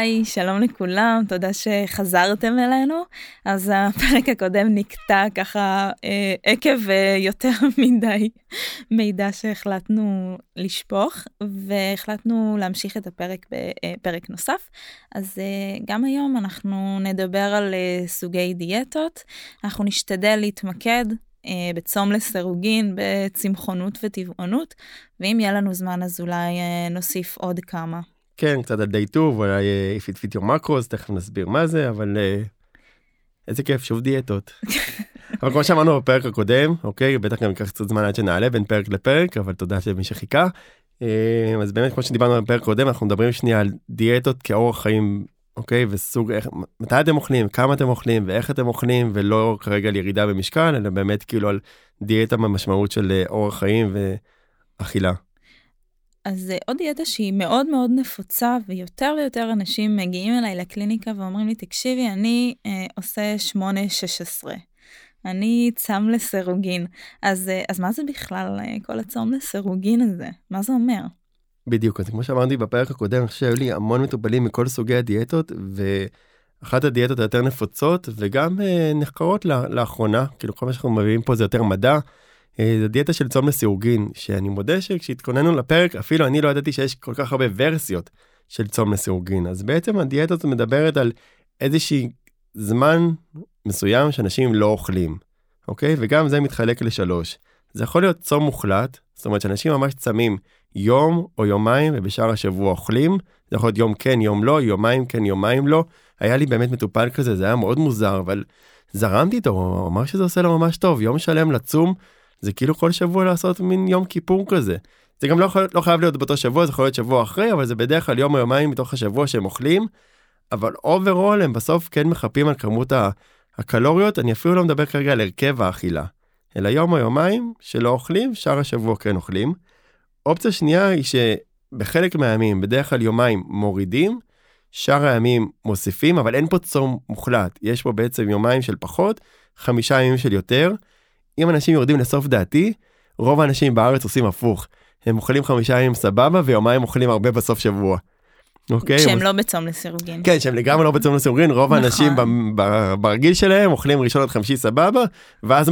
היי, שלום לכולם, תודה שחזרתם אלינו. אז הפרק הקודם נקטע ככה עקב יותר מדי מידע שהחלטנו לשפוך, והחלטנו להמשיך את הפרק בפרק נוסף. אז גם היום אנחנו נדבר על סוגי דיאטות, אנחנו נשתדל להתמקד בצום לסירוגין, בצמחונות וטבעונות, ואם יהיה לנו זמן אז אולי נוסיף עוד כמה. כן, קצת על די טוב, אולי if it fit your macros, תכף נסביר מה זה, אבל איזה כיף, שוב דיאטות. אבל כמו שאמרנו בפרק הקודם, אוקיי, בטח גם ייקח קצת זמן עד שנעלה בין פרק לפרק, אבל תודה למי שחיכה. אז באמת, כמו שדיברנו בפרק הקודם, אנחנו מדברים שנייה על דיאטות כאורח חיים, אוקיי, וסוג, מתי אתם אוכלים, כמה אתם אוכלים, ואיך אתם אוכלים, ולא כרגע על ירידה במשקל, אלא באמת כאילו על דיאטה במשמעות של אורח חיים ואכילה. אז עוד דיאטה שהיא מאוד מאוד נפוצה, ויותר ויותר אנשים מגיעים אליי לקליניקה ואומרים לי, תקשיבי, אני עושה 8-16. אני צם לסירוגין. אז מה זה בכלל כל הצום לסירוגין הזה? מה זה אומר? בדיוק, אז כמו שאמרתי בפרק הקודם, אני חושב שהיו לי המון מטופלים מכל סוגי הדיאטות, ואחת הדיאטות היותר נפוצות, וגם נחקרות לאחרונה, כאילו כל מה שאנחנו מביאים פה זה יותר מדע, זה דיאטה של צום לסירוגין, שאני מודה שכשהתכוננו לפרק, אפילו אני לא ידעתי שיש כל כך הרבה ורסיות של צום לסירוגין. אז בעצם הדיאטה הזאת מדברת על איזושהי זמן מסוים שאנשים לא אוכלים, אוקיי? וגם זה מתחלק לשלוש. זה יכול להיות צום מוחלט, זאת אומרת שאנשים ממש צמים יום או יומיים, ובשאר השבוע אוכלים. זה יכול להיות יום כן, יום לא, יומיים כן, יומיים לא. היה לי באמת מטופל כזה, זה היה מאוד מוזר, אבל זרמתי איתו, הוא אמר שזה עושה לו ממש טוב, יום שלם לצום, זה כאילו כל שבוע לעשות מין יום כיפור כזה. זה גם לא חייב להיות באותו שבוע, זה יכול להיות שבוע אחרי, אבל זה בדרך כלל יום או יומיים מתוך השבוע שהם אוכלים, אבל אוברול הם בסוף כן מחפים על כמות הקלוריות, אני אפילו לא מדבר כרגע על הרכב האכילה, אלא יום או יומיים שלא אוכלים, שאר השבוע כן אוכלים. אופציה שנייה היא שבחלק מהימים, בדרך כלל יומיים מורידים, שאר הימים מוסיפים, אבל אין פה צום מוחלט, יש פה בעצם יומיים של פחות, 5 ימים של יותר. אם אנשים יורדים לסוף דעתי, רוב האנשים בארץ עושים הפוך. הם אוכלים 5 ימים סבבה, ויומיים אוכלים הרבה בסוף שבוע. אוקיי? כשהם לא בצום לסירוגין. כן, שהם לגמרי לא בצום לסירוגין, רוב האנשים ברגיל שלהם אוכלים ראשון עד חמישי סבבה, ואז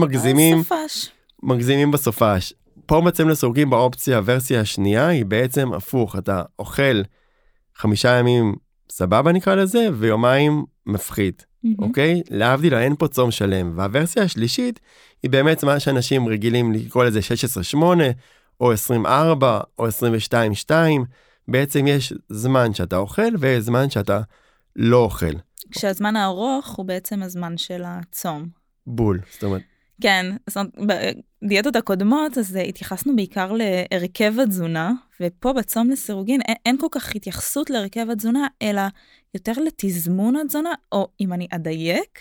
מגזימים בסופש. פה בצום לסירוגין באופציה, הוורסיה השנייה, היא בעצם הפוך. אתה אוכל 5 ימים סבבה נקרא לזה, ויומיים מפחית. אוקיי? להבדיל, אין פה צום שלם. והוורסיה השלישית היא באמת מה שאנשים רגילים לקרוא לזה 16-8, או 24, או 22-2. בעצם יש זמן שאתה אוכל, ויש זמן שאתה לא אוכל. כשהזמן הארוך הוא בעצם הזמן של הצום. בול, זאת אומרת. כן, בדיאטות הקודמות, אז התייחסנו בעיקר להרכב התזונה, ופה בצום לסירוגין אין כל כך התייחסות להרכב התזונה, אלא יותר לתזמון התזונה, או אם אני אדייק,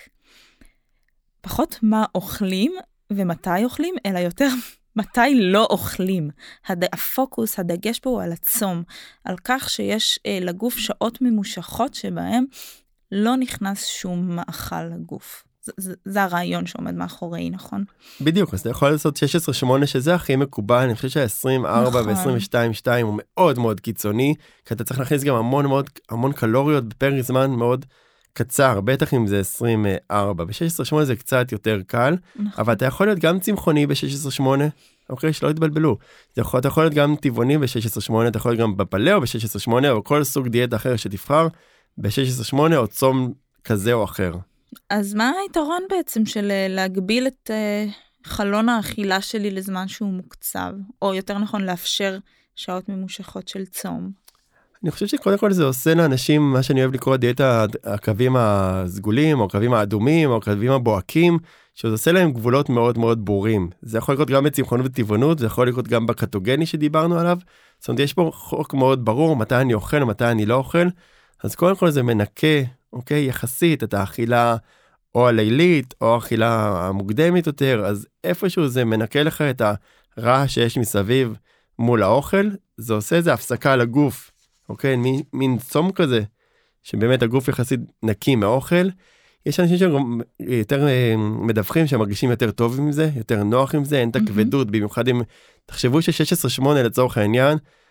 פחות מה אוכלים ומתי אוכלים, אלא יותר מתי לא אוכלים. הפוקוס, הדגש פה הוא על הצום, על כך שיש לגוף שעות ממושכות שבהם לא נכנס שום מאכל לגוף. זה הרעיון שעומד מאחורי, נכון? בדיוק, אז אתה יכול לעשות 16-8 שזה הכי מקובל, אני חושב שה-24 ו-22-2 הוא מאוד מאוד קיצוני, כי אתה צריך להכניס גם המון קלוריות בפרק זמן מאוד קצר, בטח אם זה 24, ב-16-8 זה קצת יותר קל, אבל אתה יכול להיות גם צמחוני ב-16-8, אוקיי, שלא יתבלבלו, אתה יכול להיות גם טבעוני ב-16-8, אתה יכול להיות גם בפלאו ב-16-8, או כל סוג דיאטה אחר שתבחר ב-16-8, או צום כזה או אחר. אז מה היתרון בעצם של להגביל את חלון האכילה שלי לזמן שהוא מוקצב, או יותר נכון לאפשר שעות ממושכות של צום? אני חושב שקודם כל זה עושה לאנשים, מה שאני אוהב לקרוא דיאטה, הקווים הסגולים, או הקווים האדומים, או הקווים הבוהקים, שזה עושה להם גבולות מאוד מאוד ברורים. זה יכול לקרות גם בצמחונות וטבעונות, זה יכול לקרות גם בקטוגני שדיברנו עליו, זאת אומרת, יש פה חוק מאוד ברור, מתי אני אוכל, מתי אני לא אוכל, אז קודם כל זה מנקה, אוקיי, יחסית את האכילה או הלילית, או האכילה המוקדמת יותר, אז איפשהו זה מנקה לך את הרע שיש מסביב מול האוכל, זה עושה איזה הפסקה לגוף, אוקיי, מין צום כזה, שבאמת הגוף יחסית נקי מאוכל, יש אנשים שיותר מדווחים שמרגישים יותר טוב עם זה, יותר נוח עם זה, אין את הכבדות, במיוחד אם תחשבו ש-16-8 לצורך העניין,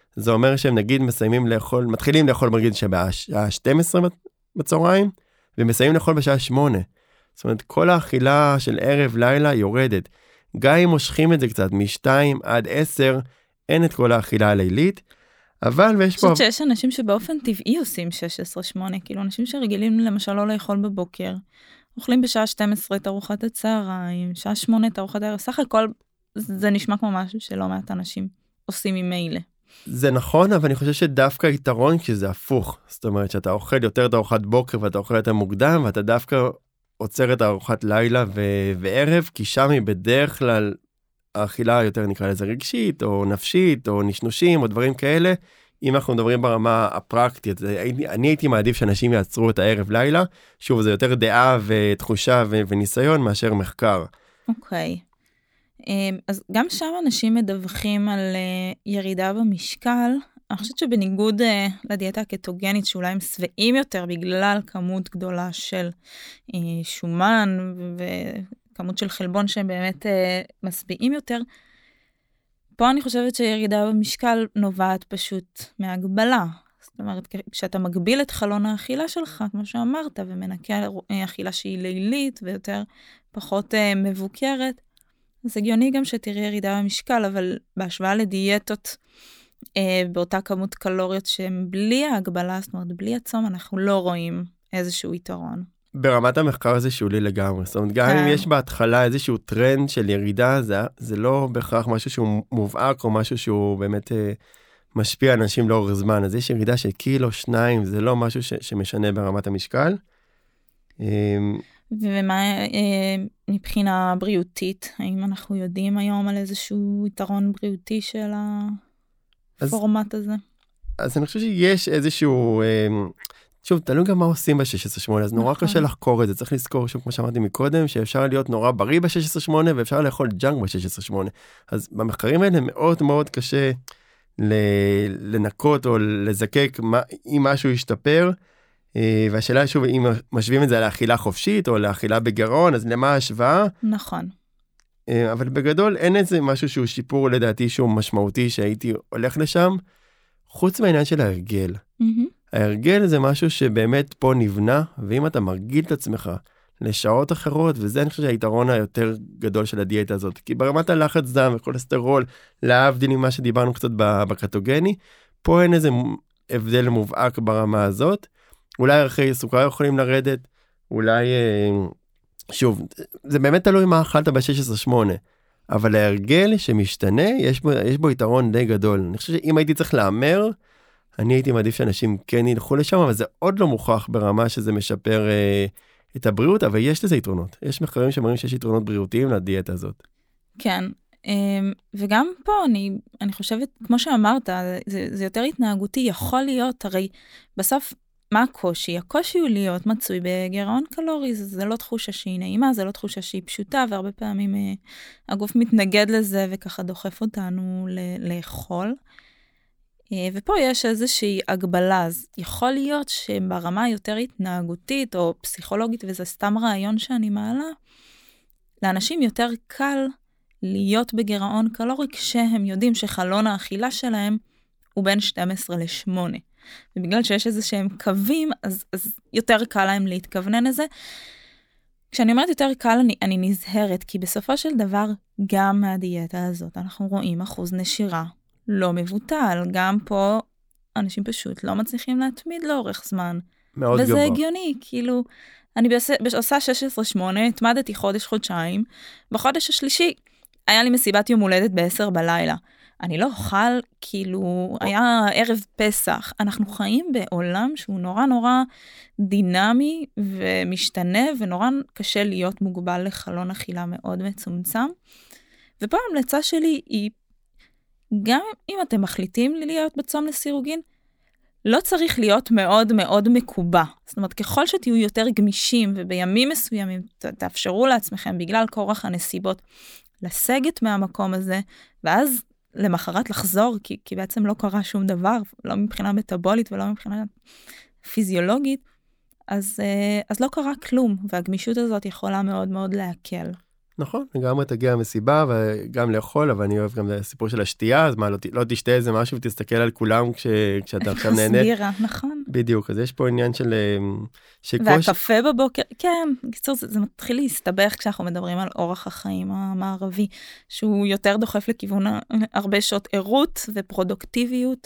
זה אומר שהם נגיד מתחילים לאכול בגיד שבשעה 12 בצהריים, ומסיימים לאכול בשעה 8. זאת אומרת, כל האכילה של ערב לילה יורדת. גם אם מושכים את זה קצת, מ-2 עד 10, אין את כל האכילה הלילית, אבל ויש פה... אני חושבת שיש אנשים שבאופן טבעי עושים 16-8, כאילו אנשים שרגילים למשל לא לאכול בבוקר, אוכלים בשעה 12 את ארוחת הצהריים, שעה 8 את ארוחת הערב, סך הכל זה נשמע כמו משהו שלא מעט אנשים עושים ממילא. זה נכון, אבל אני חושב שדווקא יתרון כשזה הפוך. זאת אומרת, שאתה אוכל יותר את ארוחת בוקר ואתה אוכל יותר מוקדם, ואתה דווקא עוצר את ארוחת לילה וערב, כי שם היא בדרך כלל האכילה יותר נקרא לזה רגשית, או נפשית, או נשנושים, או דברים כאלה. אם אנחנו מדברים ברמה הפרקטית, אני הייתי מעדיף שאנשים יעצרו את הערב לילה, שוב, זה יותר דעה ותחושה וניסיון מאשר מחקר. אוקיי. אז גם שם אנשים מדווחים על ירידה במשקל. אני חושבת שבניגוד לדיאטה הקטוגנית, שאולי הם שבעים יותר בגלל כמות גדולה של שומן וכמות של חלבון שהם באמת משביעים יותר, פה אני חושבת שירידה במשקל נובעת פשוט מהגבלה. זאת אומרת, כשאתה מגביל את חלון האכילה שלך, כמו שאמרת, ומנקה אכילה שהיא לילית ויותר פחות מבוקרת, אז הגיוני גם שתראי ירידה במשקל, אבל בהשוואה לדיאטות באותה כמות קלוריות שהן בלי ההגבלה, זאת אומרת, בלי הצום, אנחנו לא רואים איזשהו יתרון. ברמת המחקר זה שולי לגמרי, זאת אומרת, גם אם יש בהתחלה איזשהו טרנד של ירידה, זה לא בהכרח משהו שהוא מובהק, או משהו שהוא באמת משפיע על אנשים לאורך זמן, אז יש ירידה של קילו, 2, זה לא משהו שמשנה ברמת המשקל. ומה מבחינה בריאותית? האם אנחנו יודעים היום על איזשהו יתרון בריאותי של הפורמט הזה? אז אני חושב שיש איזשהו... שוב, תלוי גם מה עושים ב-16-8, אז נורא קשה לחקור את זה, צריך לזכור, שוב, כמו שאמרתי מקודם, שאפשר להיות נורא בריא ב-16-8, ואפשר לאכול ג'אנק ב-16-8. אז במחקרים האלה מאוד מאוד קשה לנקות או לזקק אם משהו ישתפר, והשאלה שוב, אם משווים את זה לאכילה חופשית או לאכילה בגרון, אז למה ההשוואה? נכון. אבל בגדול אין איזה משהו שהוא שיפור לדעתי שהוא משמעותי שהייתי הולך לשם, חוץ מהעניין של ההרגל. ההרגל זה משהו שבאמת פה נבנה, ואם אתה מרגיל את עצמך לשעות אחרות, וזה אני חושב שהיתרון היותר גדול של הדיאטה הזאת, כי ברמת הלחץ דם וכולסטרול, להבדיל ממה שדיברנו קצת בקטוגני, פה אין איזה הבדל מובהק ברמה הזאת, אולי ערכי סוכר יכולים לרדת, אולי, שוב, זה באמת תלוי מה אכלת ב-16-8, אבל ההרגל שמשתנה, יש בו יתרון די גדול. אני חושב שאם הייתי צריך לאמר, אני הייתי מעדיף שאנשים כן ילכו לשם, אבל זה עוד לא מוכח ברמה שזה משפר את הבריאות, אבל יש לזה יתרונות. יש מחקרים שאומרים שיש יתרונות בריאותיים לדיאטה הזאת. כן, וגם פה אני חושבת, כמו שאמרת, זה יותר התנהגותי, יכול להיות, הרי בסוף, מה הקושי? הקושי הוא להיות מצוי בגירעון קלורי, זה לא תחושה שהיא נעימה, זה לא תחושה שהיא פשוטה, והרבה פעמים הגוף מתנגד לזה וככה דוחף אותנו לאכול. ופה יש איזושהי הגבלה, אז יכול להיות שברמה יותר התנהגותית או פסיכולוגית, וזה סתם רעיון שאני מעלה, לאנשים יותר קל להיות בגירעון קלורי, כשהם יודעים שחלון האכילה שלהם הוא בין 12 ל-8. ובגלל שיש איזה שהם קווים, אז יותר קל להם להתכוונן לזה. כשאני אומרת יותר קל, אני נזהרת, כי בסופו של דבר, גם מהדיאטה הזאת, אנחנו רואים אחוז נשירה לא מבוטל. גם פה אנשים פשוט לא מצליחים להתמיד לאורך זמן. מאוד וזה גבוה. הגיוני, כאילו, אני עושה 16-8, התמדתי חודש-חודשיים, בחודש השלישי היה לי מסיבת יום הולדת ב-10 בלילה. אני לא אוכל, כאילו, היה ערב פסח. אנחנו חיים בעולם שהוא נורא נורא דינמי ומשתנה, ונורא קשה להיות מוגבל לחלון אכילה מאוד מצומצם. ופה ההמלצה שלי היא, גם אם אתם מחליטים להיות בצום לסירוגין, לא צריך להיות מאוד מאוד מקובע. זאת אומרת, ככל שתהיו יותר גמישים, ובימים מסוימים תאפשרו לעצמכם, בגלל כורח הנסיבות, לסגת מהמקום הזה, ואז למחרת לחזור, כי בעצם לא קרה שום דבר, לא מבחינה מטאבולית ולא מבחינה פיזיולוגית, אז לא קרה כלום, והגמישות הזאת יכולה מאוד מאוד להקל. נכון, לגמרי תגיע למסיבה וגם לאכול, אבל אני אוהב גם את הסיפור של השתייה, אז מה, לא תשתה איזה משהו ותסתכל על כולם כשאתה עכשיו נהנה. סבירה, נכון. בדיוק, אז יש פה עניין של... והקפה בבוקר, כן, בקיצור, זה מתחיל להסתבך כשאנחנו מדברים על אורח החיים המערבי, שהוא יותר דוחף לכיוון הרבה שעות עירות ופרודוקטיביות,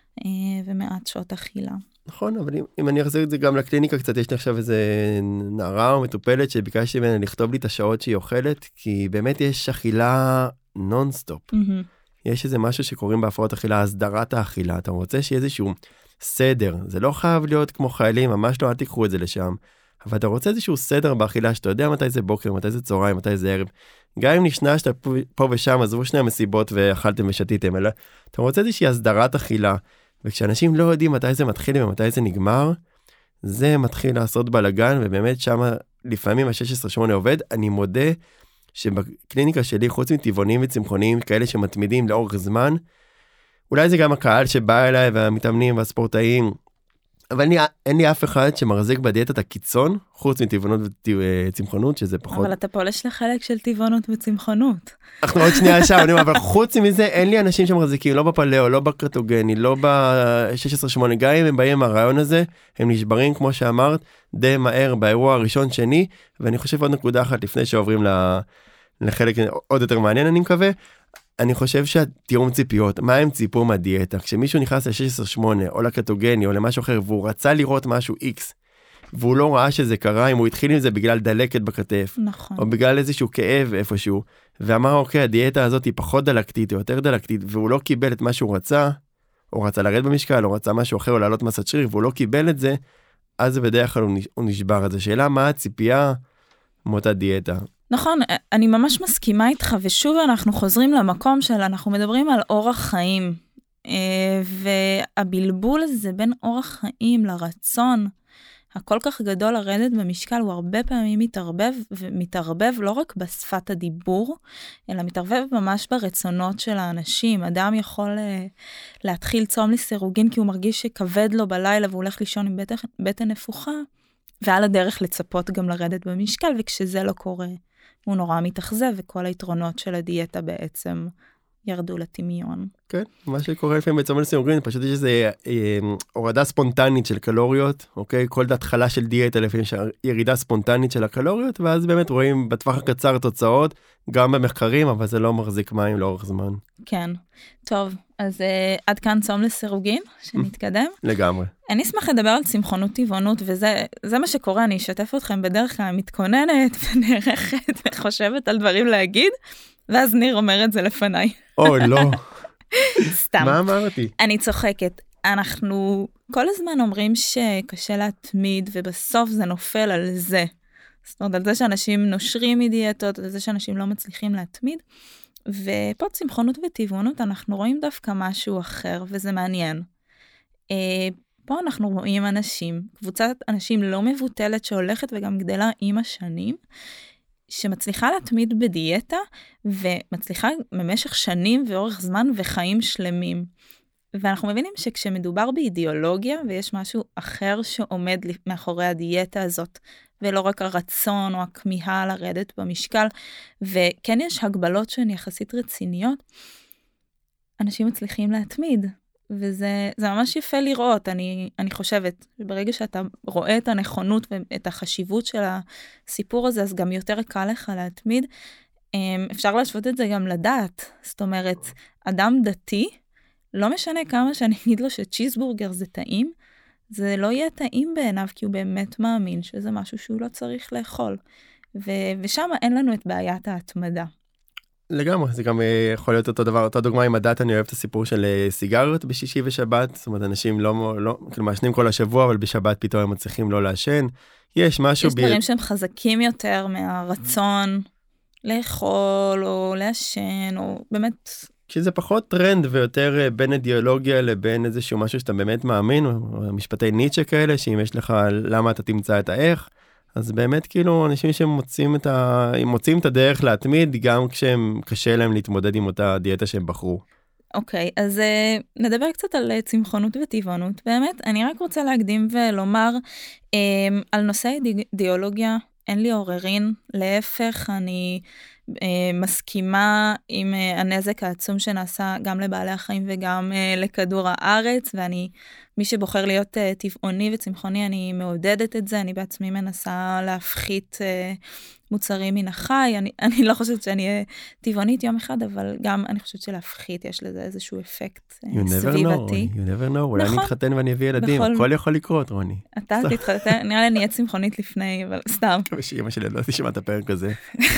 ומעט שעות אכילה. נכון, אבל אם אני אחזיר את זה גם לקליניקה קצת, יש לי עכשיו איזה נערה או מטופלת שביקשתי ממנה לכתוב לי את השעות שהיא אוכלת, כי באמת יש אכילה נונסטופ. יש איזה משהו שקוראים בהפרעות אכילה, הסדרת האכילה. אתה רוצה שיהיה איזשהו סדר. זה לא חייב להיות כמו חיילים, ממש לא, אל תיקחו את זה לשם. אבל אתה רוצה איזשהו סדר באכילה, שאתה יודע מתי זה בוקר, מתי זה צהריים, מתי זה ערב. גם אם נשנה שאתה פה ושם, עזבו שני המסיבות ואכלתם ושתיתם, אלא אתה רוצה איזושהי הסדרת אכילה. וכשאנשים לא יודעים מתי זה מתחיל ומתי זה נגמר, זה מתחיל לעשות בלגן, ובאמת שם לפעמים ה-16-8 עובד. אני מודה שבקליניקה שלי, חוץ מטבעונים וצמחונים, כאלה שמתמידים לאורך זמן, אולי זה גם הקהל שבא אליי, והמתאמנים והספורטאים, אבל אין לי אף אחד שמחזיק בדיאטת הקיצון, חוץ מטבעונות וצמחונות, שזה פחות... אבל אתה פולש לחלק של טבעונות וצמחונות. אנחנו עוד שנייה שם, אבל חוץ מזה, אין לי אנשים שמחזיקים, לא בפלאו, לא בקרטוגני, לא ב-16-8, גם אם הם באים מהרעיון הזה, הם נשברים, כמו שאמרת, די מהר באירוע הראשון שני, ואני חושב עוד נקודה אחת לפני שעוברים לחלק עוד יותר מעניין, אני מקווה, אני חושב שהתיאום ציפיות, מה הם ציפו מהדיאטה? כשמישהו נכנס ל-16-8 או לקטוגני או למשהו אחר, והוא רצה לראות משהו X, והוא לא ראה שזה קרה, אם הוא התחיל עם זה בגלל דלקת בכתף, נכון. או בגלל איזשהו כאב איפשהו, ואמר, אוקיי, הדיאטה הזאת היא פחות דלקתית או יותר דלקתית, והוא לא קיבל את מה שהוא רצה, או רצה לרד במשקל, או רצה משהו אחר, או לעלות מסת שריר, והוא לא קיבל את זה, אז בדרך כלל הוא נשבר. אז השאלה, מה הציפייה מאותה דיאטה? נכון, אני ממש מסכימה איתך, ושוב אנחנו חוזרים למקום של, אנחנו מדברים על אורח חיים, והבלבול הזה בין אורח חיים לרצון, הכל כך גדול לרדת במשקל, הוא הרבה פעמים מתערבב לא רק בשפת הדיבור, אלא מתערבב ממש ברצונות של האנשים. אדם יכול להתחיל צום לסירוגין, כי הוא מרגיש שכבד לו בלילה, והוא הולך לישון עם בטן נפוחה, ועל הדרך לצפות גם לרדת במשקל, וכשזה לא קורה, הוא נורא מתאכזב, וכל היתרונות של הדיאטה בעצם ירדו לטמיון. כן, מה שקורה לפעמים בצום לסירוגין, פשוט יש איזו הורדה ספונטנית של קלוריות, אוקיי? כל התחלה של דיאטה, לפעמים יש ירידה ספונטנית של הקלוריות, ואז באמת רואים בטווח הקצר תוצאות, גם במחקרים, אבל זה לא מחזיק מים לאורך זמן. כן, טוב, אז עד כאן צום לסירוגין, שנתקדם. לגמרי. אני אשמח לדבר על צמחונות טבעונות, וזה מה שקורה, אני אשתף אתכם בדרך כלל מתכוננת ונערכת וחושבת על דברים להגיד, ואז ניר אומר את זה לפניי. אוי, לא. סתם. מה אמרתי? אני צוחקת. אנחנו כל הזמן אומרים שקשה להתמיד, ובסוף זה נופל על זה. זאת אומרת, על זה שאנשים נושרים מדיאטות, על זה שאנשים לא מצליחים להתמיד, ופה צמחונות וטבעונות אנחנו רואים דווקא משהו אחר, וזה מעניין. פה אנחנו רואים אנשים, קבוצת אנשים לא מבוטלת שהולכת וגם גדלה עם השנים, שמצליחה להתמיד בדיאטה, ומצליחה במשך שנים ואורך זמן וחיים שלמים. ואנחנו מבינים שכשמדובר באידיאולוגיה, ויש משהו אחר שעומד מאחורי הדיאטה הזאת, ולא רק הרצון או הכמיהה לרדת במשקל, וכן יש הגבלות שהן יחסית רציניות, אנשים מצליחים להתמיד. וזה ממש יפה לראות, אני חושבת, ברגע שאתה רואה את הנכונות ואת החשיבות של הסיפור הזה, אז גם יותר קל לך להתמיד. אפשר להשוות את זה גם לדעת, זאת אומרת, אדם דתי, לא משנה כמה שאני אגיד לו שצ'יזבורגר זה טעים, זה לא יהיה טעים בעיניו, כי הוא באמת מאמין שזה משהו שהוא לא צריך לאכול. ושם אין לנו את בעיית ההתמדה. לגמרי, זה גם יכול להיות אותו דבר, אותה דוגמה עם הדת, אני אוהב את הסיפור של סיגריות בשישי ושבת, זאת אומרת, אנשים לא כאילו מעשנים כל השבוע, אבל בשבת פתאום הם מצליחים לא לעשן. יש משהו... יש דברים שהם חזקים יותר מהרצון לאכול או לעשן, או באמת... שזה פחות טרנד ויותר בין אידיאולוגיה לבין איזשהו משהו שאתה באמת מאמין, או משפטי ניטשה כאלה, שאם יש לך למה אתה תמצא את האיך, אז באמת כאילו אנשים שמוצאים את הדרך להתמיד, גם כשהם קשה להם להתמודד עם אותה דיאטה שהם בחרו. אוקיי, אז נדבר קצת על צמחונות וטבעונות. באמת, אני רק רוצה להקדים ולומר, על נושא אידיאולוגיה, אין לי עוררין, להפך, אני מסכימה עם הנזק העצום שנעשה גם לבעלי החיים וגם לכדור הארץ, מי שבוחר להיות טבעוני וצמחוני, אני מעודדת את זה, אני בעצמי מנסה להפחית מוצרים מן החי, אני לא חושבת שאני אהיה טבעונית יום אחד, אבל גם אני חושבת שלהפחית יש לזה איזשהו אפקט סביבתי. You never know, אולי אני אתחתן ואני אביא ילדים, הכל יכול לקרות, רוני. אתה תתחתן, נראה לי אני אהיה צמחונית לפני, אבל סתם. מקווה שאמא שלי לא תשמע את הפרק הזה.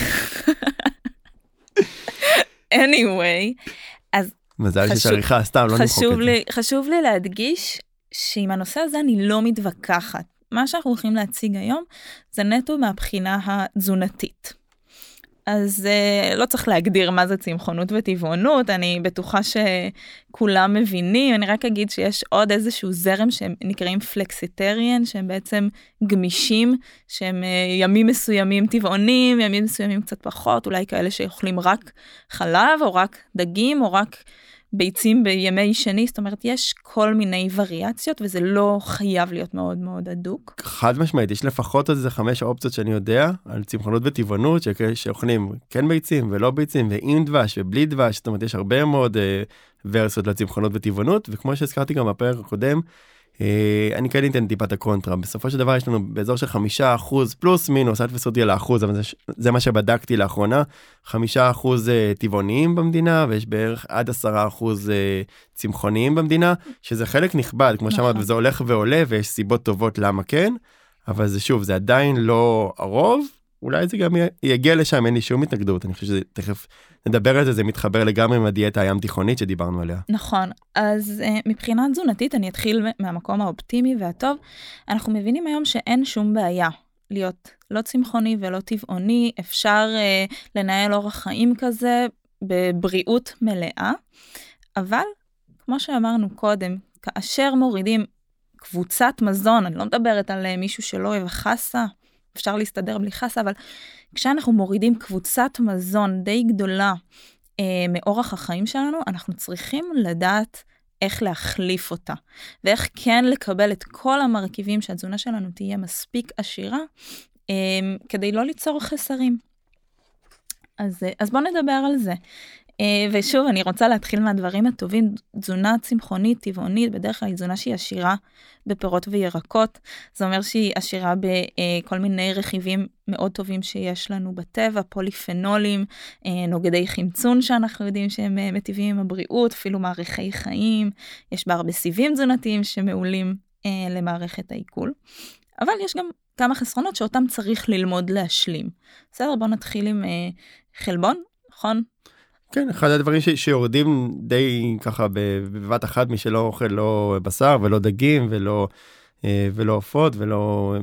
anyway, אז מזל שיש עריכה, סתם, לא נמחוק את זה. חשוב לי להדגיש שעם הנושא הזה אני לא מתווכחת. מה שאנחנו הולכים להציג היום זה נטו מהבחינה התזונתית. אז לא צריך להגדיר מה זה צמחונות וטבעונות, אני בטוחה שכולם מבינים, אני רק אגיד שיש עוד איזשהו זרם שהם נקראים פלקסיטריאן, שהם בעצם גמישים, שהם ימים מסוימים טבעונים, ימים מסוימים קצת פחות, אולי כאלה שאוכלים רק חלב, או רק דגים, או רק ביצים בימי שני, זאת אומרת, יש כל מיני וריאציות, וזה לא חייב להיות מאוד מאוד הדוק. חד משמעית, יש לפחות איזה 5 אופציות שאני יודע, על צמחונות וטבעונות, שאוכלים כן ביצים ולא ביצים, ועם דבש ובלי דבש, זאת אומרת, יש הרבה מאוד ורסיות לצמחונות וטבעונות, וכמו שהזכרתי גם בפרק הקודם, אני כן אתן טיפת הקונטרה, בסופו של דבר יש לנו באזור של 5% פלוס מינוס, אל תפסו אותי על האחוז, אבל זה מה שבדקתי לאחרונה, 5% טבעוניים במדינה, ויש בערך עד 10% צמחוניים במדינה, שזה חלק נכבד, כמו שאמרת, וזה הולך ועולה, ויש סיבות טובות למה כן, אבל זה שוב, זה עדיין לא הרוב, אולי זה גם יגיע לשם, אין לי שום התנגדות, אני חושב שזה תכף נדבר על זה, זה מתחבר לגמרי עם הדיאטה הים תיכונית שדיברנו עליה. נכון, אז מבחינה תזונתית אני אתחיל מהמקום האופטימי והטוב, אנחנו מבינים היום שאין שום בעיה להיות לא צמחוני ולא טבעוני, אפשר לנהל אורח חיים כזה בבריאות מלאה, אבל כמו שאמרנו קודם, כאשר מורידים קבוצת מזון, אני לא מדברת על מישהו שלא אוהב חסה, אפשר להסתדר בלי חסה, אבל כשאנחנו מורידים קבוצת מזון די גדולה מאורח החיים שלנו, אנחנו צריכים לדעת איך להחליף אותה, ואיך כן לקבל את כל המרכיבים שהתזונה שלנו תהיה מספיק עשירה, כדי לא ליצור חסרים. אז בואו נדבר על זה. ושוב, אני רוצה להתחיל מהדברים הטובים, תזונה צמחונית, טבעונית, בדרך כלל היא תזונה שהיא עשירה בפירות וירקות, זה אומר שהיא עשירה בכל מיני רכיבים מאוד טובים שיש לנו בטבע, פוליפנולים, נוגדי חמצון שאנחנו יודעים שהם מטיבים עם הבריאות, אפילו מערכי חיים, יש בה הרבה סיבים תזונתיים שמעולים למערכת העיכול, אבל יש גם כמה חסרונות שאותם צריך ללמוד להשלים. בסדר, בואו נתחיל עם חלבון, נכון? כן, אחד הדברים שיורדים די ככה בבת אחת, מי שלא אוכל לא בשר ולא דגים ולא עופות ולא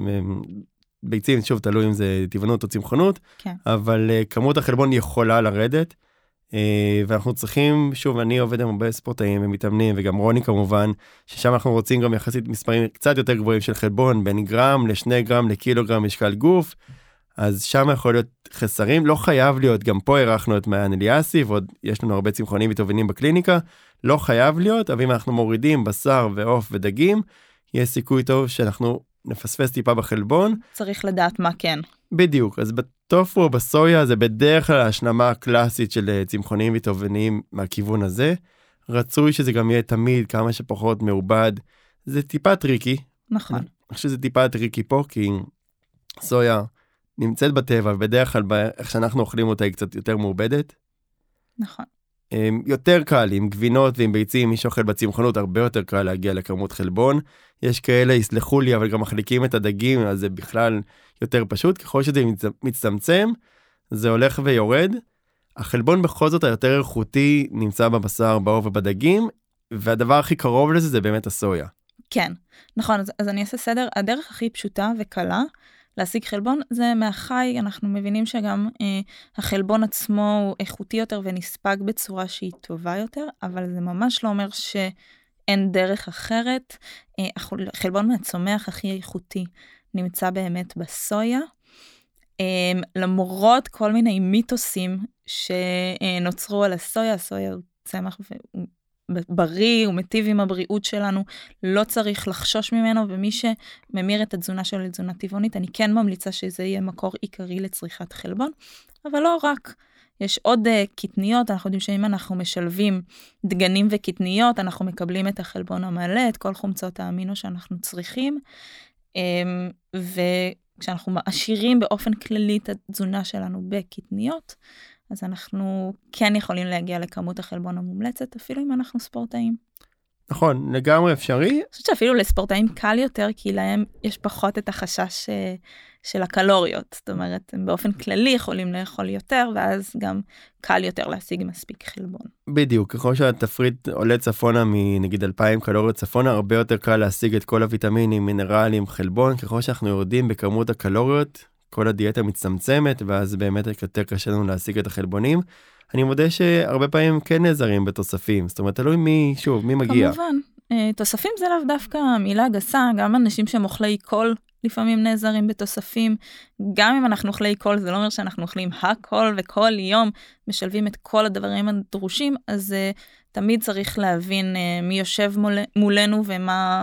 ביצים, שוב תלוי אם זה טבעונות או צמחונות, כן. אבל כמות החלבון יכולה לרדת, ואנחנו צריכים, שוב, אני עובד עם הרבה ספורטאים ומתאמנים, וגם רוני כמובן, ששם אנחנו רוצים גם יחסית מספרים קצת יותר גבוהים של חלבון, בין גרם ל2 גרם לקילוגרם משקל גוף, אז שם יכול להיות חסרים, לא חייב להיות, גם פה ערכנו את מעיין אליאסי, ועוד יש לנו הרבה צמחונים וטובינים בקליניקה, לא חייב להיות, אבל אם אנחנו מורידים בשר ועוף ודגים, יש סיכוי טוב שאנחנו נפספס טיפה בחלבון. צריך לדעת מה כן. בדיוק, אז בטופו או בסויה זה בדרך כלל ההשלמה הקלאסית של צמחונים וטוביניים מהכיוון הזה, רצוי שזה גם יהיה תמיד כמה שפחות מעובד, זה טיפה טריקי. נכון. אני חושב שזה טיפה טריקי פה, כי סויה נמצאת בטבע, ובדרך כלל איך שאנחנו אוכלים אותה היא קצת יותר מעובדת. נכון. יותר קל, עם גבינות ועם ביצים, מי שאוכל בצמחונות, הרבה יותר קל להגיע לכמות חלבון. יש כאלה, יסלחו לי, אבל גם מחליקים את הדגים, אז זה בכלל יותר פשוט. ככל שזה מצטמצם, זה הולך ויורד. החלבון בכל זאת היותר איכותי נמצא בבשר, בעוף ובדגים, והדבר הכי קרוב לזה זה באמת הסויה. כן, נכון, אז אני אעשה סדר. הדרך הכי פשוטה וקלה, להשיג חלבון, זה מהחי, אנחנו מבינים שגם החלבון עצמו הוא איכותי יותר ונספג בצורה שהיא טובה יותר, אבל זה ממש לא אומר שאין דרך אחרת. החלבון מהצומח הכי איכותי נמצא באמת בסויה, למרות כל מיני מיתוסים שנוצרו על הסויה, הסויה הוא צמח בריא, הוא מטיב עם הבריאות שלנו, לא צריך לחשוש ממנו, ומי שממיר את התזונה שלו לתזונה טבעונית, אני כן ממליצה שזה יהיה מקור עיקרי לצריכת חלבון, אבל לא רק, יש עוד קטניות, אנחנו יודעים שאם אנחנו משלבים דגנים וקטניות, אנחנו מקבלים את החלבון המלא, את כל חומצות האמינו שאנחנו צריכים, וכשאנחנו מעשירים באופן כללי את התזונה שלנו בקטניות, אז אנחנו כן יכולים להגיע לכמות החלבון המומלצת, אפילו אם אנחנו ספורטאים. נכון, לגמרי אפשרי. אני חושבת שאפילו לספורטאים קל יותר, כי להם יש פחות את החשש של הקלוריות. זאת אומרת, הם באופן כללי יכולים לאכול יותר, ואז גם קל יותר להשיג מספיק חלבון. בדיוק, ככל שהתפריט עולה צפונה מנגיד 2,000 קלוריות צפונה, הרבה יותר קל להשיג את כל הוויטמינים, מינרלים, חלבון. ככל שאנחנו יורדים בכמות הקלוריות, כל הדיאטה מצטמצמת, ואז באמת יותר קשה לנו להשיג את החלבונים. אני מודה שהרבה פעמים כן נעזרים בתוספים, זאת אומרת, תלוי מי מגיע. כמובן, תוספים זה לאו דווקא מילה גסה, גם אנשים שהם אוכלי קול, לפעמים נעזרים בתוספים, גם אם אנחנו אוכלי קול, זה לא אומר שאנחנו אוכלים הכל וכל יום, משלבים את כל הדברים הדרושים, אז תמיד צריך להבין מי יושב מולנו, ומה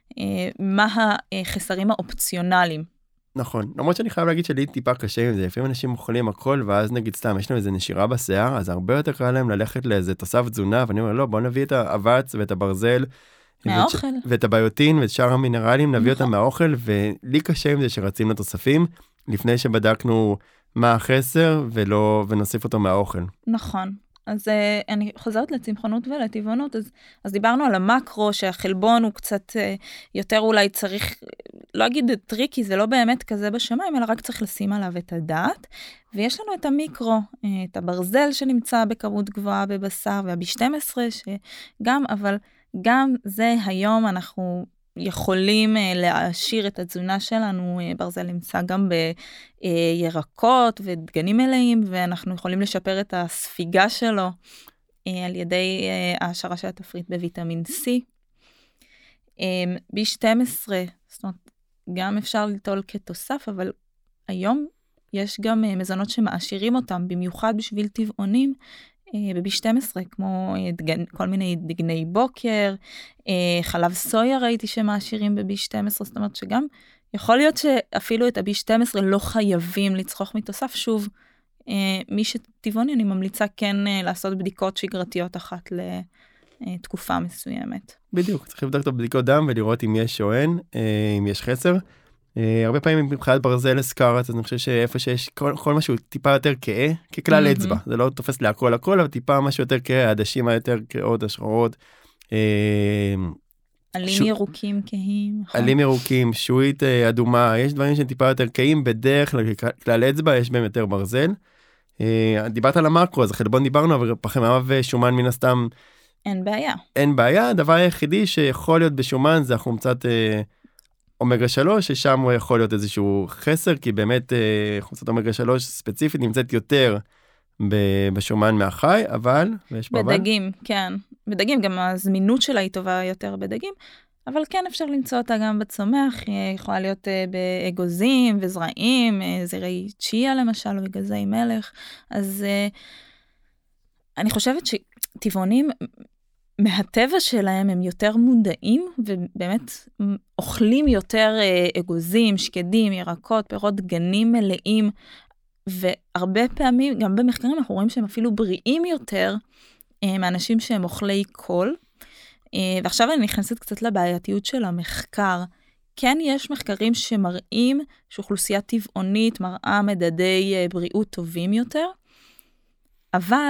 החסרים האופציונליים. נכון, למרות שאני חייב להגיד שלי טיפה קשה עם זה, לפעמים אנשים אוכלים הכל, ואז נגיד סתם, יש להם איזה נשירה בשיער, אז הרבה יותר קל להם ללכת לאיזה תוסף תזונה, ואני אומר, לא, בוא נביא את האבץ ואת הברזל, מהאוכל. ואת הביוטין ואת שאר המינרלים, נביא אותם מהאוכל, ולי קשה עם זה שרצים לתוספים, לפני שבדקנו מה החסר, ונוסיף אותו מהאוכל. נכון. אז אני חוזרת לצמחונות ולטבעונות, אז דיברנו על המקרו, שהחלבון הוא קצת יותר אולי צריך, לא אגיד טריקי, זה לא באמת כזה בשמיים, אלא רק צריך לשים עליו את הדעת, ויש לנו את המיקרו, את הברזל שנמצא בכמות גבוהה בבשר, וה-B12 שגם, אבל גם זה היום אנחנו יכולים להעשיר את התזונה שלנו, ברזל נמצא גם בירקות ודגנים מלאים, ואנחנו יכולים לשפר את הספיגה שלו על ידי העשרה של התפריט בוויטמין C. B12, זאת אומרת, גם אפשר לטול כתוסף, אבל היום יש גם מזונות שמעשירים אותם, במיוחד בשביל טבעונים, ב-B12, כמו כל מיני דגני בוקר, חלב סויה ראיתי שמעשירים ב-B12, זאת אומרת שגם יכול להיות שאפילו את ה-B12 לא חייבים לצרוך מתוסף. שוב, מי שטבעוני אני ממליצה כן לעשות בדיקות שגרתיות אחת לתקופה מסוימת. בדיוק, צריך לבדוק את הבדיקות דם ולראות אם יש או אין, אם יש חסר. הרבה פעמים מבחינת ברזל הסקרת, אז אני חושב שאיפה שיש כל משהו טיפה יותר כהה, ככלל אצבע, זה לא תופס להכל, אבל טיפה משהו יותר כהה, העדשים היותר כהות, השחורות. עלים ירוקים כהים. עלים ירוקים, שועית אדומה, יש דברים שהם טיפה יותר כהים, בדרך כלל אצבע יש בהם יותר ברזל. דיברת על המקרו, אז חלבון דיברנו, אבל פחמימה ושומן מן הסתם. אין בעיה, הדבר היחידי שיכול להיות בשומן זה החומצת אומגה 3, ששם הוא יכול להיות איזשהו חסר, כי באמת חומצת אומגה 3 ספציפית נמצאת יותר בשומן מהחי, אבל, ויש פה בדגים, כן. בדגים, גם הזמינות שלה היא טובה יותר בדגים, אבל כן אפשר למצוא אותה גם בצומח, היא יכולה להיות באגוזים וזרעים, זרעי צ'יה למשל, או אגוזי מלך, אז אני חושבת שטבעונים, מהטבע שלהם הם יותר מודעים, ובאמת אוכלים יותר אגוזים, שקדים, ירקות, פירות, דגנים מלאים, והרבה פעמים, גם במחקרים אנחנו רואים שהם אפילו בריאים יותר, מאנשים שהם אוכלי קול, ועכשיו אני נכנסת קצת לבעייתיות של המחקר. כן יש מחקרים שמראים שאוכלוסייה טבעונית מראה מדדי בריאות טובים יותר, אבל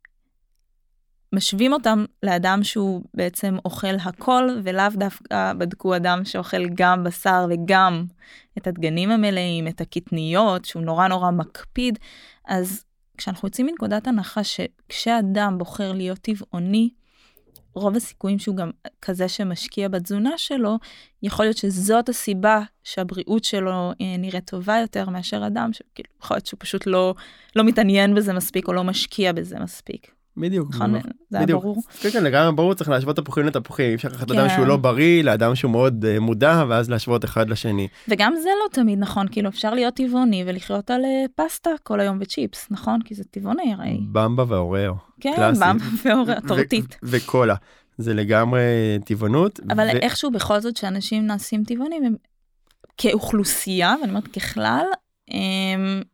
משווים אותם לאדם שהוא בעצם אוכל הכל, ולאו דווקא בדקו אדם שאוכל גם בשר וגם את הדגנים המלאים, את הקטניות, שהוא נורא נורא מקפיד. אז כשאנחנו יוצאים מנקודת הנחה שכשאדם בוחר להיות טבעוני, רוב הסיכויים שהוא גם כזה שמשקיע בתזונה שלו, יכול להיות שזאת הסיבה שהבריאות שלו נראית טובה יותר מאשר אדם, שיכול להיות שהוא פשוט לא מתעניין בזה מספיק, או לא משקיע בזה מספיק. בדיוק. זה היה ברור. כן, לגמרי ברור, צריך להשוות תפוחים לתפוחים, אפשר לקחת אדם שהוא לא בריא, לאדם שהוא מאוד מודע, ואז להשוות אחד לשני. וגם זה לא תמיד נכון, כאילו אפשר להיות טבעוני ולחיות על פסטה כל היום וצ'יפס, נכון? כי זה טבעוני הרי. במבה ואוריאו. כן, במבה ואוריאו, טורטית. וקולה, זה לגמרי טבעונות. אבל איכשהו בכל זאת שאנשים נעשים טבעונים, כאוכלוסייה, ואני אומרת ככלל,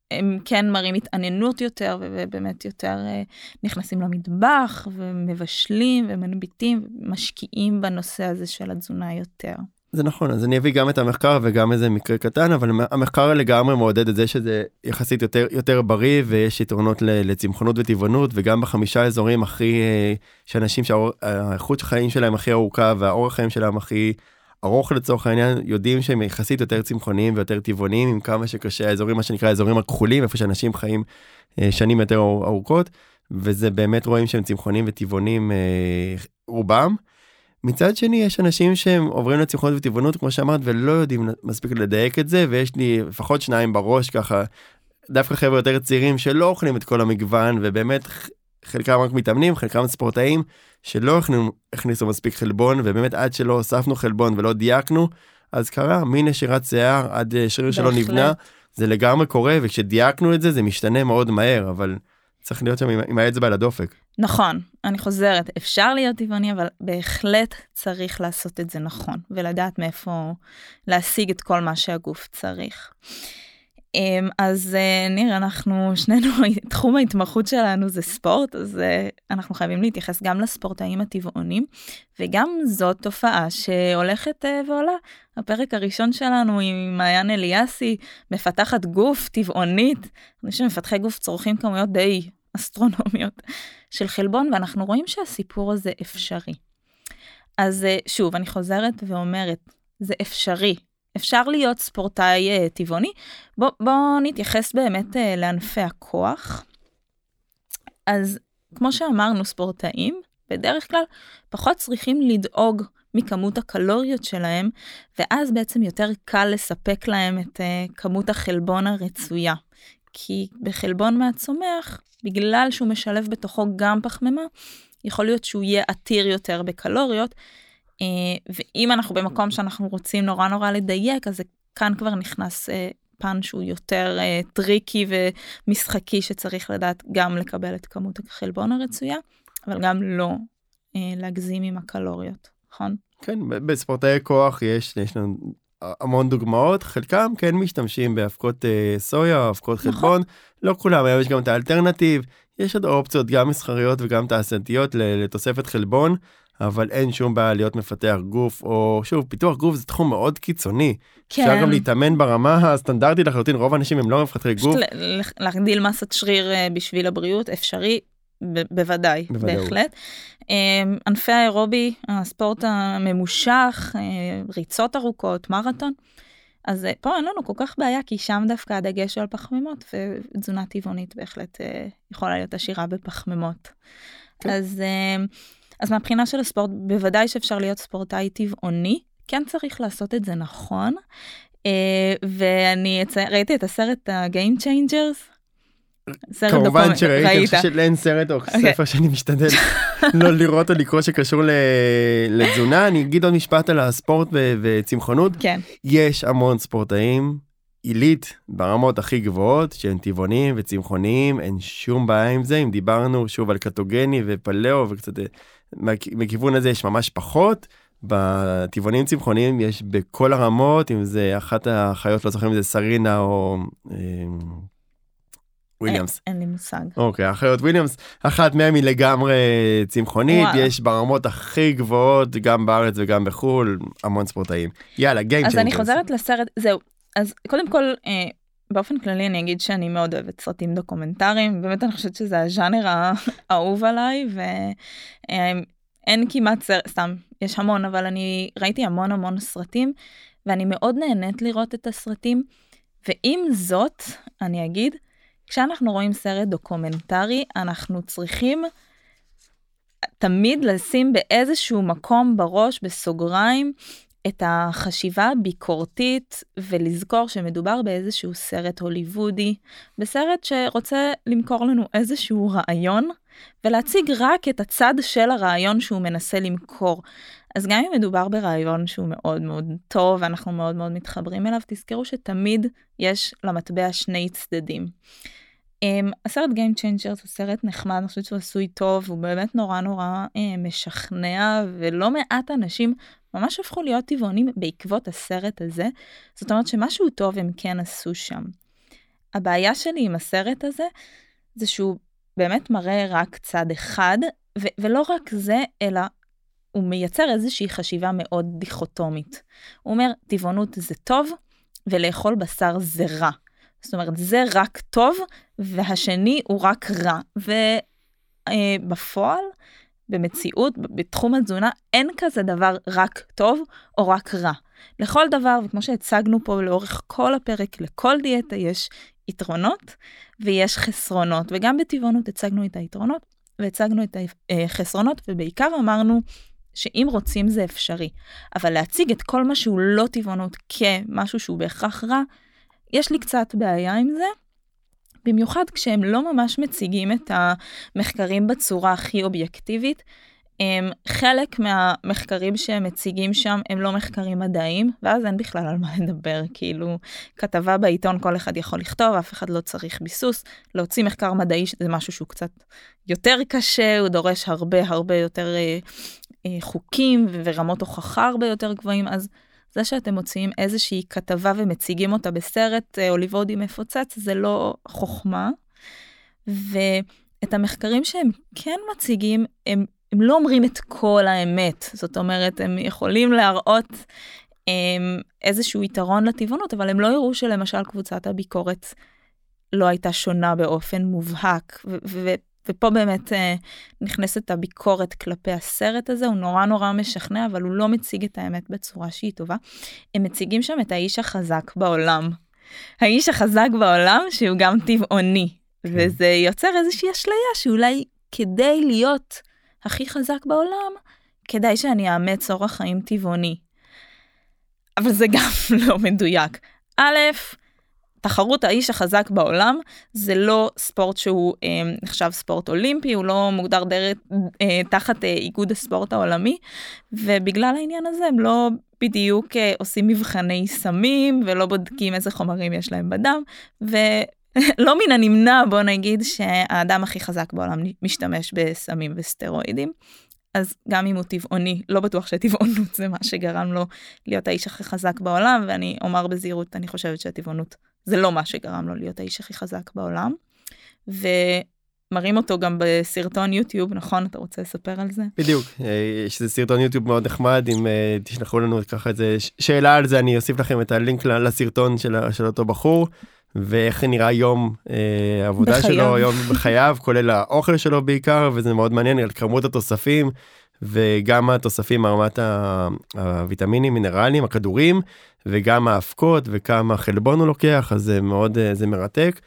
הם כן מראים התעניינות יותר, ובאמת יותר נכנסים למטבח, ומבשלים, ומנביטים, ומשקיעים בנושא הזה של התזונה יותר. זה נכון, אז אני אביא גם את המחקר וגם איזה מקרה קטן, אבל המחקר לגמרי מעודד את זה שזה יחסית יותר בריא, ויש יתרונות לצמחונות וטבעונות, וגם ב5 אזורים הכי, שאנשים שהאיכות החיים שלהם הכי ארוכה, והאורח חיים שלהם הכי ארוך לצורך העניין, יודעים שהם יחסית יותר צמחוניים ויותר טבעוניים, עם כמה שקשה האזורים, מה שנקרא האזורים הכחולים, איפה שאנשים חיים שנים יותר ארוכות, וזה באמת רואים שהם צמחוניים וטבעוניים רובם. מצד שני, יש אנשים שהם עוברים לצמחונות וטבעונות, כמו שאמרת, ולא יודעים מספיק לדייק את זה, ויש לי לפחות 2 בראש ככה, דווקא חבר'ה יותר צעירים שלא אוכלים את כל המגוון, ובאמת חלקם רק מתאמנים, חלקם ספורטאים, שלא הכניסו מספיק חלבון, ובאמת עד שלא הוספנו חלבון ולא דייקנו, אז קרה מנשירת שיער עד שריר שלא נבנה, זה לגמרי קורה, וכשדייקנו את זה, זה משתנה מאוד מהר, אבל צריך להיות שם עם האצבע על הדופק. נכון, אני חוזרת, אפשר להיות טבעוני, אבל בהחלט צריך לעשות את זה נכון, ולדעת מאיפה להשיג את כל מה שהגוף צריך. אז נראה, אנחנו שנינו, תחום ההתמחות שלנו זה ספורט, אז אנחנו חייבים להתייחס גם לספורטאים הטבעונים, וגם זאת תופעה שהולכת ועולה. הפרק הראשון שלנו עם מעיין אליאסי, מפתחת גוף טבעונית, אנשים מפתחי גוף צורכים כמויות די אסטרונומיות של חלבון, ואנחנו רואים שהסיפור הזה אפשרי. אז שוב, אני חוזרת ואומרת, זה אפשרי. אפשר להיות ספורטאי טבעוני. בואו נתייחס באמת לענפי הכוח. אז כמו שאמרנו, ספורטאים, בדרך כלל פחות צריכים לדאוג מכמות הקלוריות שלהם, ואז בעצם יותר קל לספק להם את כמות החלבון הרצויה. כי בחלבון מהצומח, בגלל שהוא משלב בתוכו גם פחמימה, יכול להיות שהוא יהיה עתיר יותר בקלוריות, ואם אנחנו במקום שאנחנו רוצים נורא לדייק, אז כאן כבר נכנס פן שהוא יותר טריקי ומשחקי, שצריך לדעת גם לקבל את כמות החלבון הרצויה, אבל גם לא להגזים עם הקלוריות, נכון? כן, בספורטאי כוח יש לנו המון דוגמאות, חלקם כן משתמשים בהפקות סויה, הפקות חלבון, לא כולם, יש גם את האלטרנטיב, יש עוד אופציות גם מסחריות וגם תעשייתיות לתוספת חלבון, אבל אין שום בעיה להיות מפתח גוף, או שוב, פיתוח גוף זה תחום מאוד קיצוני. כן. אפשר גם להתאמן ברמה הסטנדרטית לחלוטין, רוב האנשים הם לא מפתחי גוף. להגדיל מסת שריר בשביל הבריאות, אפשרי, בוודאי, בהחלט. ענפי האירובי, הספורט הממושך, ריצות ארוכות, מרתון, אז פה אין לנו כל כך בעיה, כי שם דווקא הדגש על פחמימות, ותזונה טבעונית בהחלט יכולה להיות עשירה בפחמימות. כן. אז מהבחינה של הספורט, בוודאי שאפשר להיות ספורטאי טבעוני, כן צריך לעשות את זה נכון, ואני ראיתי את הסרט ה-Game Changers, כמובן שראיתי, אין סרט או ספר שאני משתדל לא לראות או לקרוא שקשור לתזונה. אני אגיד עוד משפט על הספורט וצמחונות. יש המון ספורטאים עילית ברמות הכי גבוהות שהם טבעוניים וצמחוניים, אין שום בעיה עם זה. אם דיברנו שוב על קטוגני ופלאו וקצת מכיוון הזה, יש ממש פחות. בטבעונים צמחוניים יש בכל הרמות, אם זה אחת החיות, לא זוכרים אם זה סרינה או וויליאמס. אין לי מושג. אוקיי, החיות וויליאמס, אחת מהם היא לגמרי צמחונית, יש ברמות הכי גבוהות, גם בארץ וגם בחול, המון ספורטאים. יאללה, Game Changers. אז אני חוזרת לסרט, זהו, אז קודם כל, באופן כללי אני אגיד שאני מאוד אוהבת סרטים דוקומנטריים, באמת אני חושבת שזה הז'אנר האהוב עליי, ואין כמעט סרט, סתם, יש המון, אבל אני ראיתי המון סרטים, ואני מאוד נהנית לראות את הסרטים, ועם זאת, אני אגיד, כשאנחנו רואים סרט דוקומנטרי, אנחנו צריכים תמיד לשים באיזשהו מקום בראש, בסוגריים, את החשיבה הביקורתית, ולזכור שמדובר באיזשהו סרט הוליוודי, בסרט שרוצה למכור לנו איזשהו רעיון, ולהציג רק את הצד של הרעיון שהוא מנסה למכור. אז גם אם מדובר ברעיון שהוא מאוד מאוד טוב, ואנחנו מאוד מאוד מתחברים אליו, תזכרו שתמיד יש למטבע שני צדדים. הסרט Game Changers הוא סרט נחמד, אני חושבת שהוא עשוי טוב, הוא באמת נורא משכנע, ולא מעט אנשים ממש הפכו להיות טבעונים בעקבות הסרט הזה, זאת אומרת שמשהו טוב הם כן עשו שם. הבעיה שלי עם הסרט הזה, זה שהוא באמת מראה רק צד אחד, ולא רק זה, אלא הוא מייצר איזושהי חשיבה מאוד דיכוטומית. הוא אומר, טבעונות זה טוב, ולאכול בשר זה רע. זאת אומרת, זה רק טוב, והשני הוא רק רע. ובפועל, במציאות, בתחום התזונה, אין כזה דבר רק טוב או רק רע. לכל דבר, וכמו שהצגנו פה לאורך כל הפרק, לכל דיאטה יש יתרונות ויש חסרונות, וגם בטבעונות הצגנו את היתרונות והצגנו את החסרונות, ובעיקר אמרנו שאם רוצים זה אפשרי, אבל להציג את כל מה שהוא לא טבעונות כמשהו שהוא בהכרח רע, יש לי קצת בעיה עם זה, במיוחד כשהם לא ממש מציגים את המחקרים בצורה הכי אובייקטיבית. חלק מהמחקרים שהם מציגים שם הם לא מחקרים מדעיים, ואז אין בכלל על מה לדבר, כאילו כתבה בעיתון כל אחד יכול לכתוב, אף אחד לא צריך ביסוס, להוציא מחקר מדעי זה משהו שהוא קצת יותר קשה, הוא דורש הרבה יותר חוקים ורמות הוכחה הרבה יותר גבוהים, אז זה שאתם מוציאים איזושהי כתבה ומציגים אותה בסרט הוליוודי מפוצץ, זה לא חוכמה. ואת המחקרים שהם כן מציגים, הם לא אומרים את כל האמת. זאת אומרת, הם יכולים להראות איזשהו יתרון לטבעונות, אבל הם לא יראו שלמשל קבוצת הביקורת לא הייתה שונה באופן מובהק. ופה באמת נכנסת הביקורת כלפי הסרט הזה, הוא נורא משכנע, אבל הוא לא מציג את האמת בצורה שהיא טובה. הם מציגים שם את האיש החזק בעולם. האיש החזק בעולם שהוא גם טבעוני, וזה יוצר איזושהי אשליה שאולי כדי להיות הכי חזק בעולם, כדאי שאני אאמץ אורח חיים טבעוני. אבל זה גם לא מדויק. א', תחרות האיש החזק בעולם, זה לא ספורט שהוא נחשב ספורט אולימפי, הוא לא מוגדר תחת איגוד הספורט העולמי, ובגלל העניין הזה הם לא בדיוק עושים מבחני סמים, ולא בודקים איזה חומרים יש להם בדם, ולא מן הנמנע, בוא נגיד, שהאדם הכי חזק בעולם משתמש בסמים וסטרואידים, אז גם אם הוא טבעוני, לא בטוח שטבעונות זה מה שגרם לו להיות האיש הכי חזק בעולם, ואני אומר בזהירות, אני חושבת שהטבעונות זה לא מה שגרם לו להיות האיש הכי חזק בעולם, ומראים אותו גם בסרטון יוטיוב, נכון? אתה רוצה לספר על זה? בדיוק, יש איזה סרטון יוטיוב מאוד נחמד, אם תשלחו לנו ככה איזה שאלה על זה, אני אוסיף לכם את הלינק לסרטון של אותו בחור, ואיך נראה יום העבודה שלו, יום בחייו, כולל האוכל שלו בעיקר, וזה מאוד מעניין על כמות התוספים, וגם התוספים מרמת הוויטמינים, מינרלים, הכדורים, וגם האבקות, וכמה חלבון הוא לוקח, אז זה מאוד, זה מרתק.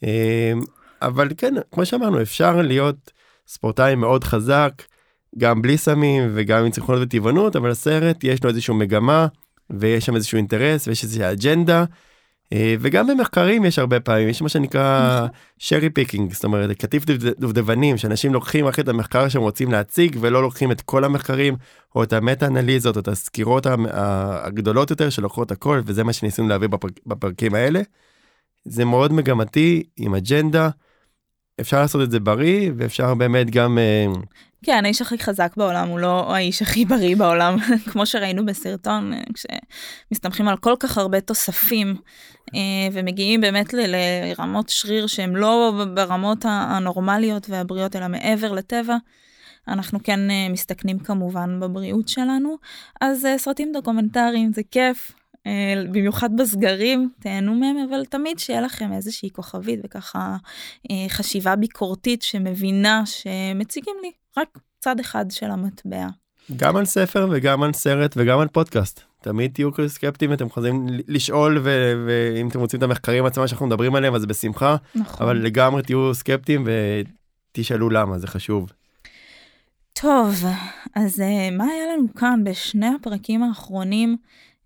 אבל כן, כמו שאמרנו, אפשר להיות ספורטאי מאוד חזק, גם בלי סמים, וגם עם צמחונות וטבעונות, אבל הסרט יש לו איזשהו מגמה, ויש שם איזשהו אינטרס, ויש איזושהי אג'נדה, וגם במחקרים יש הרבה פעמים, יש מה שנקרא שרי פיקינג, זאת אומרת, קטיף דובדבנים, שאנשים לוקחים רק את המחקר שהם רוצים להציג, ולא לוקחים את כל המחקרים, או את המטה-אנליזות, או את הסקירות הגדולות יותר, שלוקחות הכל, וזה מה שניסינו להביא בפרקים האלה. זה מאוד מגמתי, עם אג'נדה, אפשר לעשות את זה בריא, ואפשר באמת גם... כן, האיש הכי חזק בעולם הוא לא האיש הכי בריא בעולם, כמו שראינו בסרטון, כשמסתמכים על כל כך הרבה תוספים, ומגיעים באמת לרמות שריר שהן לא ברמות הנורמליות והבריאות, אלא מעבר לטבע, אנחנו כן מסתכנים כמובן בבריאות שלנו, אז סרטים דוקומנטריים זה כיף, במיוחד בסגרים, תהנו מהם, אבל תמיד שיהיה לכם איזושהי כוכבית, וככה חשיבה ביקורתית שמבינה שמציגים לי רק צד אחד של המטבע. גם על ספר וגם על סרט וגם על פודקאסט. תמיד תהיו סקפטיים, אתם יכולים לשאול, ואם אתם רוצים את המחקרים עצמם שאנחנו מדברים עליהם, אז זה בשמחה. נכון. אבל לגמרי תהיו סקפטיים ותשאלו למה, זה חשוב. טוב, אז מה היה לנו כאן בשני הפרקים האחרונים?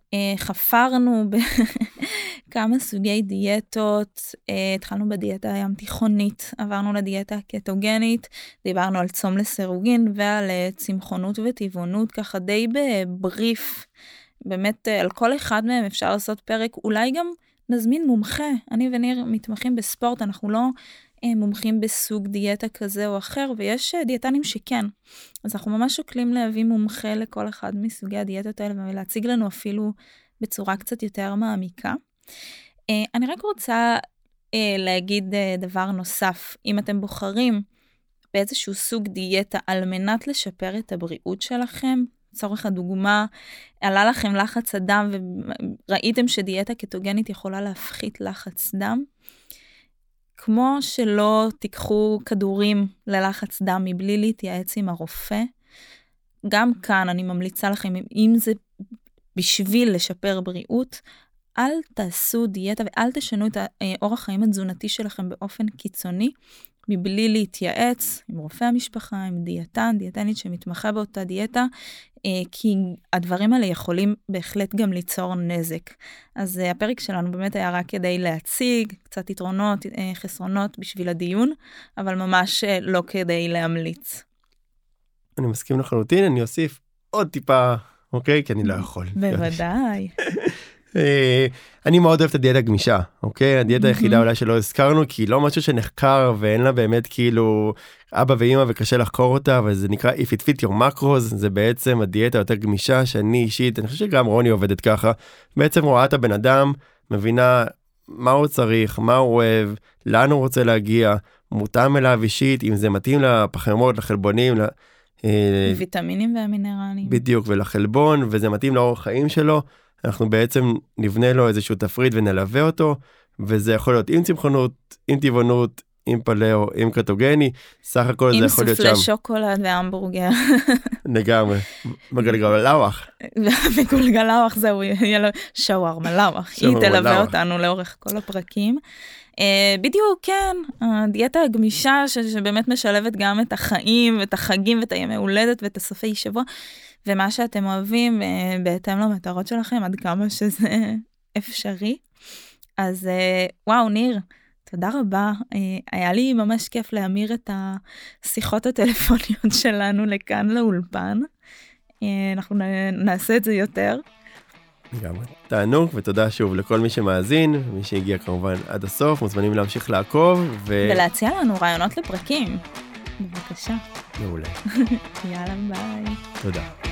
חפרנו בכמה סוגי דיאטות, התחלנו בדיאטה הים תיכונית, עברנו לדיאטה הקטוגנית, דיברנו על צום לסירוגין ועל צמחונות וטבעונות, ככה די בבריף, באמת על כל אחד מהם אפשר לעשות פרק, אולי גם נזמין מומחה, אני וניר מתמחים בספורט, אנחנו לא מומחים בסוג דיאטה כזה או אחר, ויש דיאטנים שכן. אז אנחנו ממש שוקלים להביא מומחה לכל אחד מסוגי הדיאטות האלה, ולהציג לנו אפילו בצורה קצת יותר מעמיקה. אני רק רוצה להגיד דבר נוסף, אם אתם בוחרים באיזשהו סוג דיאטה על מנת לשפר את הבריאות שלכם, לצורך הדוגמה, עלה לכם לחץ הדם וראיתם שדיאטה קטוגנית יכולה להפחית לחץ דם, כמו שלא תיקחו כדורים ללחץ דם מבלי להתייעץ עם הרופא, גם כאן אני ממליצה לכם, אם זה בשביל לשפר בריאות, אל תעשו דיאטה ואל תשנו את האורח חיים התזונתי שלכם באופן קיצוני, מבלי להתייעץ עם רופא המשפחה, עם דיאטנית שמתמחה באותה דיאטה, כי הדברים האלה יכולים בהחלט גם ליצור נזק. אז הפרק שלנו באמת היה רק כדי להציג קצת יתרונות, חסרונות בשביל הדיון, אבל ממש לא כדי להמליץ. אני מסכים לחלוטין, אני אוסיף עוד טיפה, אוקיי? כי אני לא יכול. בוודאי. אני מאוד אוהב את הדיאטה הגמישה, אוקיי? הדיאטה היחידה אולי שלא הזכרנו, כי לא משהו שנחקר ואין לה באמת כאילו אבא ואמא וקשה לחקור אותה, אבל זה נקרא If it fit your macros, זה בעצם הדיאטה יותר גמישה שאני אישית, אני חושב שגם רוני עובדת ככה, בעצם רואה את הבן אדם, מבינה מה הוא צריך, מה הוא אוהב, לאן הוא רוצה להגיע, מותאם אליו אישית, אם זה מתאים לפחמימות, לחלבונים, ויטמינים והמינרלים. בדיוק, ולחלבון, וזה מתאים לאורח חיים שלו, אנחנו בעצם נבנה לו איזשהו תפריט ונלווה אותו, וזה יכול להיות עם צמחונות, עם טבעונות, עם פלאו, עם קטוגני, סך הכל זה יכול להיות שם. עם סופלי שוקולד והמבורגר. לגמרי, מגלגלאווח. מגלגלאווח זהו, יהיה לו שווארמה, היא תלווה אותנו לאורך כל הפרקים. בדיוק, כן, הדיאטה הגמישה שבאמת משלבת גם את החיים ואת החגים ואת הימי הולדת ואת הסופי שבוע, ומה שאתם אוהבים בהתאם למטרות שלכם, עד כמה שזה אפשרי. אז וואו, ניר, תודה רבה. היה לי ממש כיף להמיר את השיחות הטלפוניות שלנו לכאן לאולפן. אנחנו נעשה את זה יותר. לגמרי. תענוג, ותודה שוב לכל מי שמאזין, מי שהגיע כמובן עד הסוף, מוזמנים להמשיך לעקוב. ולהציע לנו רעיונות לפרקים. בבקשה. מעולה. יאללה, ביי. תודה.